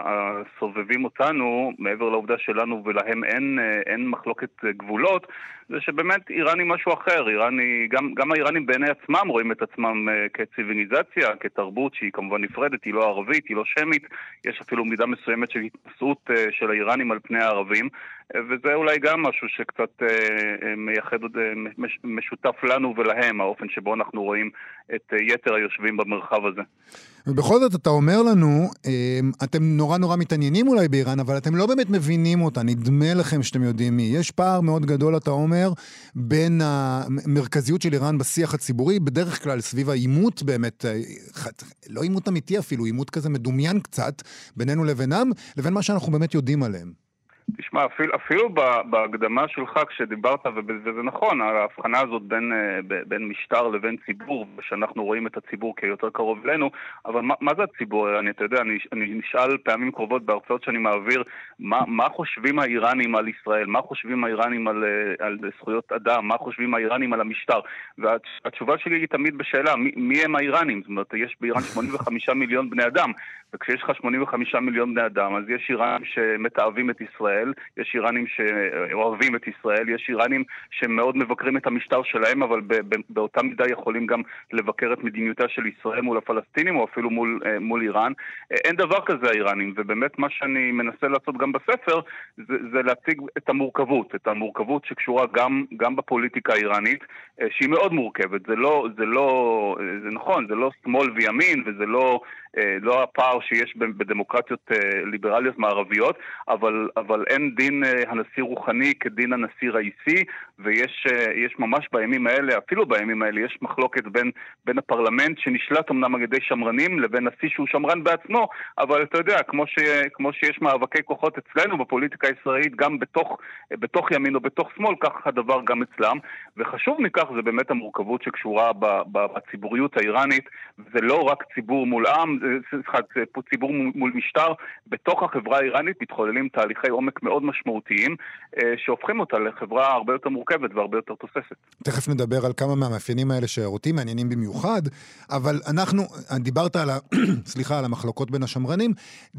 הסובבים אותנו, מעבר לעובדה שלנו ולהם אין, אין מחלוקת גבולות, זה שבאמת איראן היא משהו אחר. איראן היא, גם, גם האיראנים בעיני עצמם רואים את עצמם כציוויליזציה, כתרבות שהיא כמובן נפרדת, היא לא ערבית, היא לא שמית. יש אפילו מידה מסוימת של התנסות של האיראנים על פני הערבים, וזה אולי גם משהו שקצת מייחד, משותף לנו ולהם, האופן שבו אנחנו רואים את יתר היושבים במרחב הזה. ובכל זאת אתה אומר לנו, אתם נורא נורא מתעניינים אולי באיראן, אבל אתם לא באמת מבינים אותה, נדמה לכם שאתם יודעים מי. יש פער מאוד גדול, אתה אומר, בין המרכזיות של איראן בשיח הציבורי, בדרך כלל סביב האימות באמת, לא אימות אמיתי אפילו, אימות כזה מדומיין קצת, בינינו לבינם, לבין מה שאנחנו באמת יודעים עליהם. תשמע, אפילו, אפילו בהקדמה שלך כשדיברת, וזה נכון, ההבחנה הזאת בין, בין משטר לבין ציבור, שאנחנו רואים את הציבור כיותר קרוב אלינו, אבל מה, מה זה הציבור? אני, אתה יודע, אני, אני נשאל פעמים קרובות בהרצאות שאני מעביר, מה, מה חושבים האיראנים על ישראל? מה חושבים האיראנים על, על זכויות אדם? מה חושבים האיראנים על המשטר? והתשובה שלי היא תמיד בשאלה, מי, מי הם האיראנים? זאת אומרת, יש באיראן שמונים וחמישה מיליון בני אדם, וכשיש לך שמונים וחמישה מיליון בני אדם, אז יש איראנים שמתאהבים את ישראל, יש איראנים שאוהבים את ישראל, יש איראנים שמאוד מבקרים את המשטר שלהם, אבל באותה מידה יכולים גם לבקר את מדיניותה של ישראל מול הפלסטינים, או אפילו מול, מול איראן. אין דבר כזה האיראנים, ובאמת מה שאני מנסה לעשות גם בספר, זה, זה להציג את המורכבות, את המורכבות שקשורה גם, גם בפוליטיקה האיראנית, שהיא מאוד מורכבת. זה לא, זה לא, זה נכון, זה לא שמאל וימין, וזה לא, לא הפער שיש בדמוקרטיות ליברליות מערביות, אבל, אבל אין דין הנשיא רוחני כדין הנשיא ראיסי, ויש יש ממש בימים האלה, אפילו בימים האלה, יש מחלוקת בין, בין הפרלמנט שנשלט אמנם על ידי שמרנים, לבין נשיא שהוא שמרן בעצמו, אבל אתה יודע, כמו, ש, כמו שיש מאבקי כוחות אצלנו בפוליטיקה הישראלית, גם בתוך, בתוך ימין או בתוך שמאל, כך הדבר גם אצלם, וחשוב מכך זה באמת המורכבות שקשורה בציבוריות האיראנית, זה לא רק ציבור מול עם, זה ציבור מול משטר, בתוך החברה האיראנית מתחוללים תהליכי עומק מאוד משמעותיים, שהופכים אותה לחברה הרבה יותר מורכבת והרבה יותר תוססת. תכף נדבר על כמה מהמאפיינים האלה שאותי מעניינים במיוחד, אבל אנחנו, דיברת על, ה, סליחה, על המחלוקות בין השמרנים,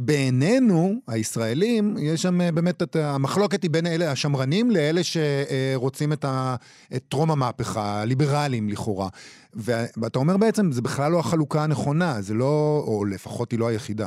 בעינינו, הישראלים, יש שם באמת את המחלוקת היא בין אלה השמרנים לאלה שרוצים את, ה, את טרום המהפכה, הליברלים לכאורה. ואתה אומר בעצם, זה בכלל לא החלוקה הנכונה, זה לא, או לפחות היא לא היחידה.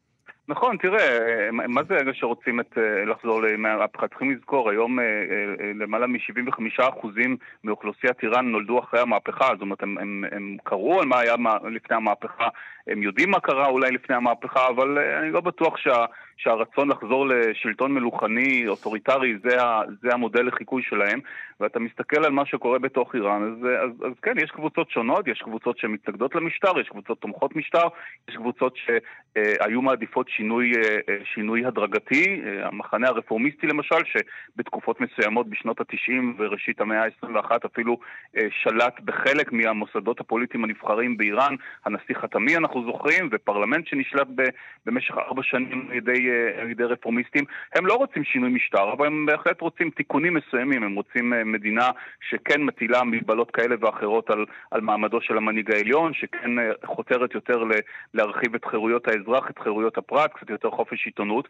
נכון, תראה, מה זה אלה שרוצים את, לחזור למהפכה? צריכים לזכור, היום למעלה מ-שבעים וחמישה אחוזים מאוכלוסיית איראן נולדו אחרי המהפכה, זאת אומרת, הם, הם, הם קראו על מה היה לפני המהפכה, הם יודעים מה קרה אולי לפני המהפכה, אבל אני לא בטוח שה... שהרצון לחזור לשלטון מלוכני, אוטוריטרי, זה, זה המודל לחיקוי שלהם, ואתה מסתכל על מה שקורה בתוך איראן, אז, אז, אז כן, יש קבוצות שונות, יש קבוצות שמתנגדות למשטר, יש קבוצות תומכות משטר, יש קבוצות שהיו מעדיפות שינוי, שינוי הדרגתי, המחנה הרפורמיסטי למשל, שבתקופות מסוימות בשנות ה-תשעים וראשית המאה ה-עשרים ואחת אפילו שלט בחלק מהמוסדות הפוליטיים הנבחרים באיראן, הנשיא חתמי אנחנו זוכרים, ופרלמנט שנשלט במשך ארבע שנים על ידי, על ידי רפורמיסטים. הם לא רוצים שינוי משטר, אבל הם בהחלט רוצים תיקונים מסוימים, הם רוצים מדינה שכן מטילה מגבלות כאלה ואחרות על, על מעמדו של המנהיג העליון, שכן חותרת יותר להרחיב את חירויות האזרח, את חירויות הפרט, קצת יותר חופש עיתונות,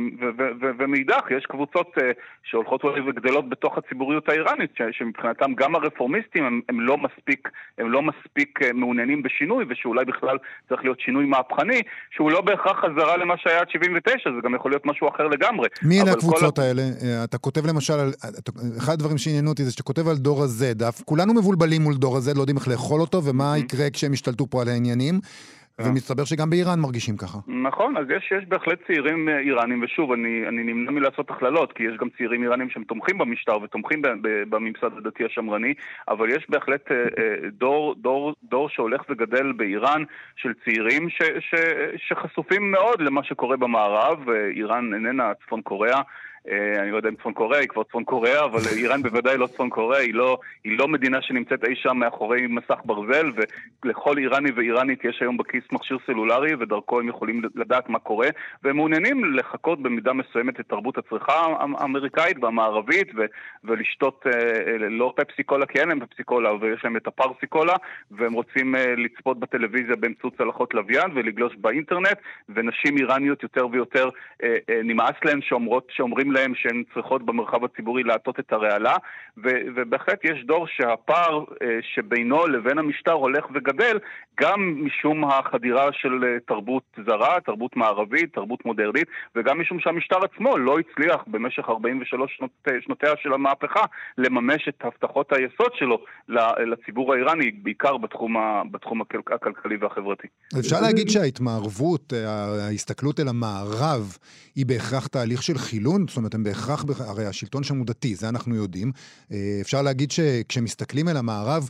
ומאידך יש קבוצות שהולכות וגדלות בתוך הציבוריות האיראנית, שמבחינתם גם הרפורמיסטים הם, הם לא מספיק, הם לא מספיק מעוניינים בשינוי, ושאולי בכלל צריך להיות שינוי מהפכני, שהוא לא בהכרח חזרה למה שהיה עד שבעים ותשע, זה גם יכול להיות משהו אחר לגמרי. מי אלה הקבוצות כל... האלה? אתה כותב למשל, על... אחד הדברים שעניינו אותי זה שאתה כותב על דור הזד, כולנו מבולבלים מול דור הזד, לא יודעים איך לאכול אותו, ומה יקרה כשהם ישתלטו פה על העניינים, ומסתבר שגם באיראן מרגישים ככה. נכון, אז יש, יש בהחלט צעירים איראנים, ושוב, אני, אני נמנע מלעשות הכללות, כי יש גם צעירים איראנים שהם תומכים במשטר ותומכים בממסד הדתי השמרני, אבל יש בהחלט דור, דור, דור שהולך וגדל באיראן של צעירים ש, ש, שחשופים מאוד למה שקורה במערב. איראן איננה צפון קוריאה, אני לא יודע אם צפון קוריאה, היא כבר צפון קוריאה, אבל איראן בוודאי לא צפון קוריאה, היא לא, היא לא מדינה שנמצאת אי שם מאחורי מסך ברזל, ולכל איראני ואיראנית יש היום בכיס מכשיר סלולרי, ודרכו הם יכולים לדעת מה קורה, והם מעוניינים לחכות במידה מסוימת את תרבות הצריכה האמריקאית והמערבית, ו, ולשתות לא פפסיקולה, כי אין להם פפסיקולה, ויש להם את הפרסיקולה, והם רוצים לצפות בטלוויזיה באמצעות צלחות לוויין, ולגלוש באינטרנט, ונשים איראניות יותר ויותר נמאס להן שאומרות, שאומרים להם שהן צריכות במרחב הציבורי לעטות את הרעלה, ו- ובהחלט יש דור שהפער אה, שבינו לבין המשטר הולך וגדל, גם משום החדירה של אה, תרבות זרה, תרבות מערבית, תרבות מודרנית, וגם משום שהמשטר עצמו לא הצליח במשך ארבעים ושלוש שנות, שנותיה של המהפכה לממש את הבטחות היסוד שלו לציבור האיראני, בעיקר בתחום, ה- בתחום הכל- הכלכלי והחברתי. אפשר להגיד שההתמערבות, ההסתכלות אל המערב, היא בהכרח תהליך של חילון? זאת אומרת, הם בהכרח, הרי השלטון שם הוא דתי, זה אנחנו יודעים. אפשר להגיד שכשמסתכלים אל המערב,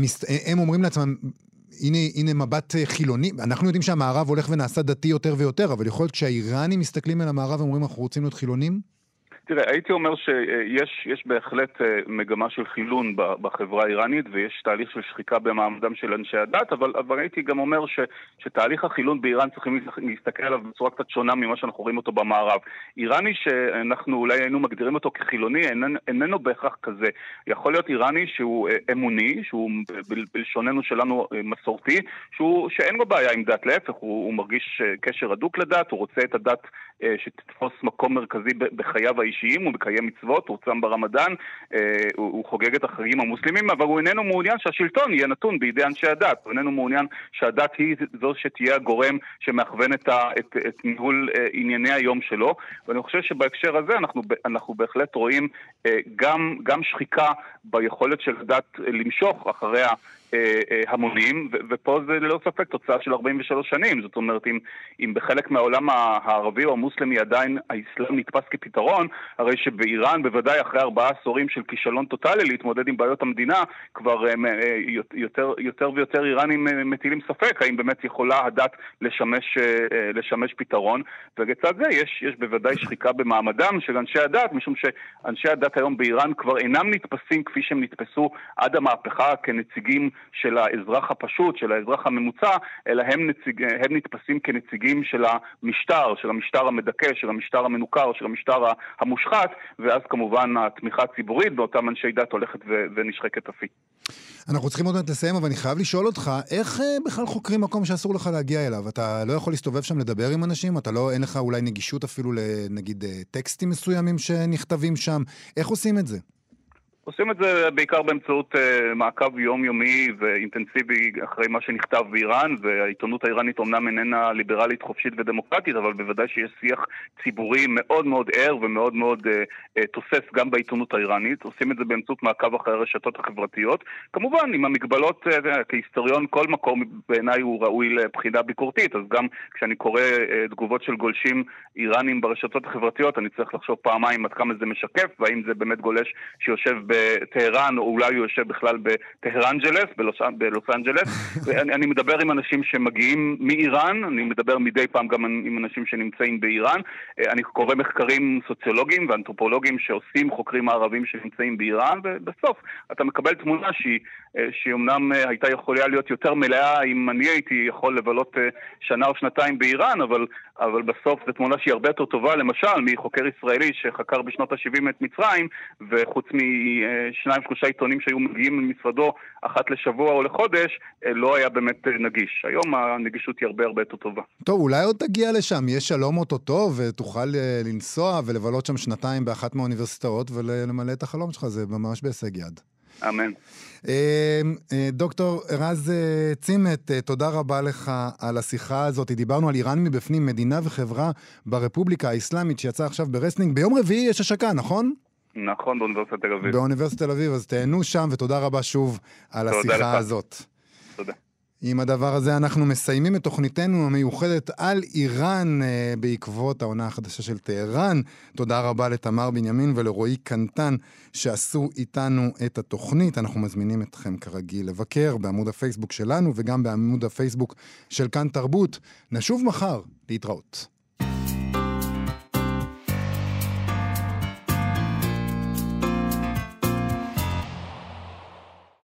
הם אומרים לעצמם, הנה, הנה מבט חילוני, אנחנו יודעים שהמערב הולך ונעשה דתי יותר ויותר, אבל יכול להיות כשהאיראנים מסתכלים אל המערב, הם אומרים, אנחנו רוצים להיות חילונים? תראה, הייתי אומר שיש יש בהחלט מגמה של חילון בחברה האיראנית, ויש תהליך של שחיקה במעמדם של אנשי הדת, אבל, אבל הייתי גם אומר ש, שתהליך החילון באיראן צריכים להסתכל עליו בצורה קצת שונה ממה שאנחנו רואים אותו במערב. איראני שאנחנו אולי היינו מגדירים אותו כחילוני, איננו, איננו בהכרח כזה. יכול להיות איראני שהוא אמוני, שהוא בלשוננו שלנו מסורתי, שהוא, שאין לו בעיה עם דת, להפך, הוא, הוא מרגיש קשר הדוק לדת, הוא רוצה את הדת שתתפוס מקום מרכזי בחייו האישיים, הוא מקיים מצוות, הוא צם ברמדאן, הוא, הוא חוגג את החגים המוסלמים, אבל הוא איננו מעוניין שהשלטון יהיה נתון בידי אנשי הדת, הוא איננו מעוניין שהדת היא זו שתהיה הגורם שמכוון את, ה, את, את ניהול ענייני היום שלו, ואני חושב שבהקשר הזה אנחנו, אנחנו בהחלט רואים גם, גם שחיקה ביכולת של הדת למשוך אחריה המונים, ופה זה ללא ספק תוצאה של ארבעים ושלוש שנים. זאת אומרת, אם, אם בחלק מהעולם הערבי או המוסלמי עדיין האסלאם נתפס כפתרון, הרי שבאיראן בוודאי אחרי ארבעה עשורים של כישלון טוטלי להתמודד עם בעיות המדינה, כבר יותר, יותר ויותר איראנים מטילים ספק האם באמת יכולה הדת לשמש, לשמש פתרון, ולצד זה יש, יש בוודאי שחיקה במעמדם של אנשי הדת, משום שאנשי הדת היום באיראן כבר אינם נתפסים כפי שהם נתפסו עד המהפכה כנציגים של האזרח הפשוט, של האזרח הממוצע, אלא הם, נציג, הם נתפסים כנציגים של המשטר, של המשטר המדכא, של המשטר המנוכר, של המשטר המושחת, ואז כמובן התמיכה הציבורית באותם אנשי דת הולכת ו- ונשחקת אפי. אנחנו צריכים עוד מעט לסיים, אבל אני חייב לשאול אותך, איך בכלל חוקרים מקום שאסור לך להגיע אליו? אתה לא יכול להסתובב שם לדבר עם אנשים? אתה לא, אין לך אולי נגישות אפילו לנגיד טקסטים מסוימים שנכתבים שם? איך עושים את זה? עושים את זה בעיקר באמצעות uh, מעקב יומיומי ואינטנסיבי אחרי מה שנכתב באיראן, והעיתונות האיראנית אומנם איננה ליברלית, חופשית ודמוקרטית, אבל בוודאי שיש שיח ציבורי מאוד מאוד ער ומאוד מאוד uh, uh, תוסס גם בעיתונות האיראנית. עושים את זה באמצעות מעקב אחרי הרשתות החברתיות. כמובן, עם המגבלות, uh, כהיסטוריון, כל מקום בעיניי הוא ראוי לבחינה ביקורתית, אז גם כשאני קורא uh, תגובות של גולשים איראנים ברשתות החברתיות, אני צריך לחשוב פעמיים עד כמה זה משקף, והאם זה באמת גולש שיושב בטהרן, או אולי הוא יושב בכלל בטהרנג'לס, בלוס, בלוס אנג'לס. ואני, אני מדבר עם אנשים שמגיעים מאיראן, אני מדבר מדי פעם גם עם אנשים שנמצאים באיראן. אני קורא מחקרים סוציולוגיים ואנתרופולוגיים שעושים חוקרים הערבים שנמצאים באיראן, ובסוף אתה מקבל תמונה שהיא, שהיא אמנם הייתה יכולה להיות יותר מלאה אם אני הייתי יכול לבלות שנה או שנתיים באיראן, אבל, אבל בסוף זו תמונה שהיא הרבה יותר טובה, למשל, מחוקר ישראלי שחקר בשנות ה-שבעים את מצרים, וחוץ משניים שלושה עיתונים שהיו מגיעים למשרדו אחת לשבוע או לחודש, לא היה באמת נגיש. היום הנגישות היא הרבה הרבה יותר טובה. טוב, אולי עוד תגיע לשם, יש שלום אותו ותוכל לנסוע ולבלות שם שנתיים באחת מהאוניברסיטאות ולמלא את החלום שלך, זה ממש בהישג יד. אמן. דוקטור רז צימת, תודה רבה לך על השיחה הזאת. דיברנו על איראן מבפנים, מדינה וחברה ברפובליקה האסלאמית שיצאה עכשיו ברסלינג. ביום רביעי יש השקה, נכון? נכון, באוניברסיטת תל אביב. באוניברסיטת תל אביב, אז תהנו שם, ותודה רבה שוב על השיחה הזאת. תודה. עם הדבר הזה אנחנו מסיימים את תוכניתנו המיוחדת על איראן בעקבות העונה החדשה של טהרן. תודה רבה לתמר בנימין ולרועי קנטן שעשו איתנו את התוכנית. אנחנו מזמינים אתכם כרגיל לבקר בעמוד הפייסבוק שלנו וגם בעמוד הפייסבוק של כאן תרבות. נשוב מחר להתראות.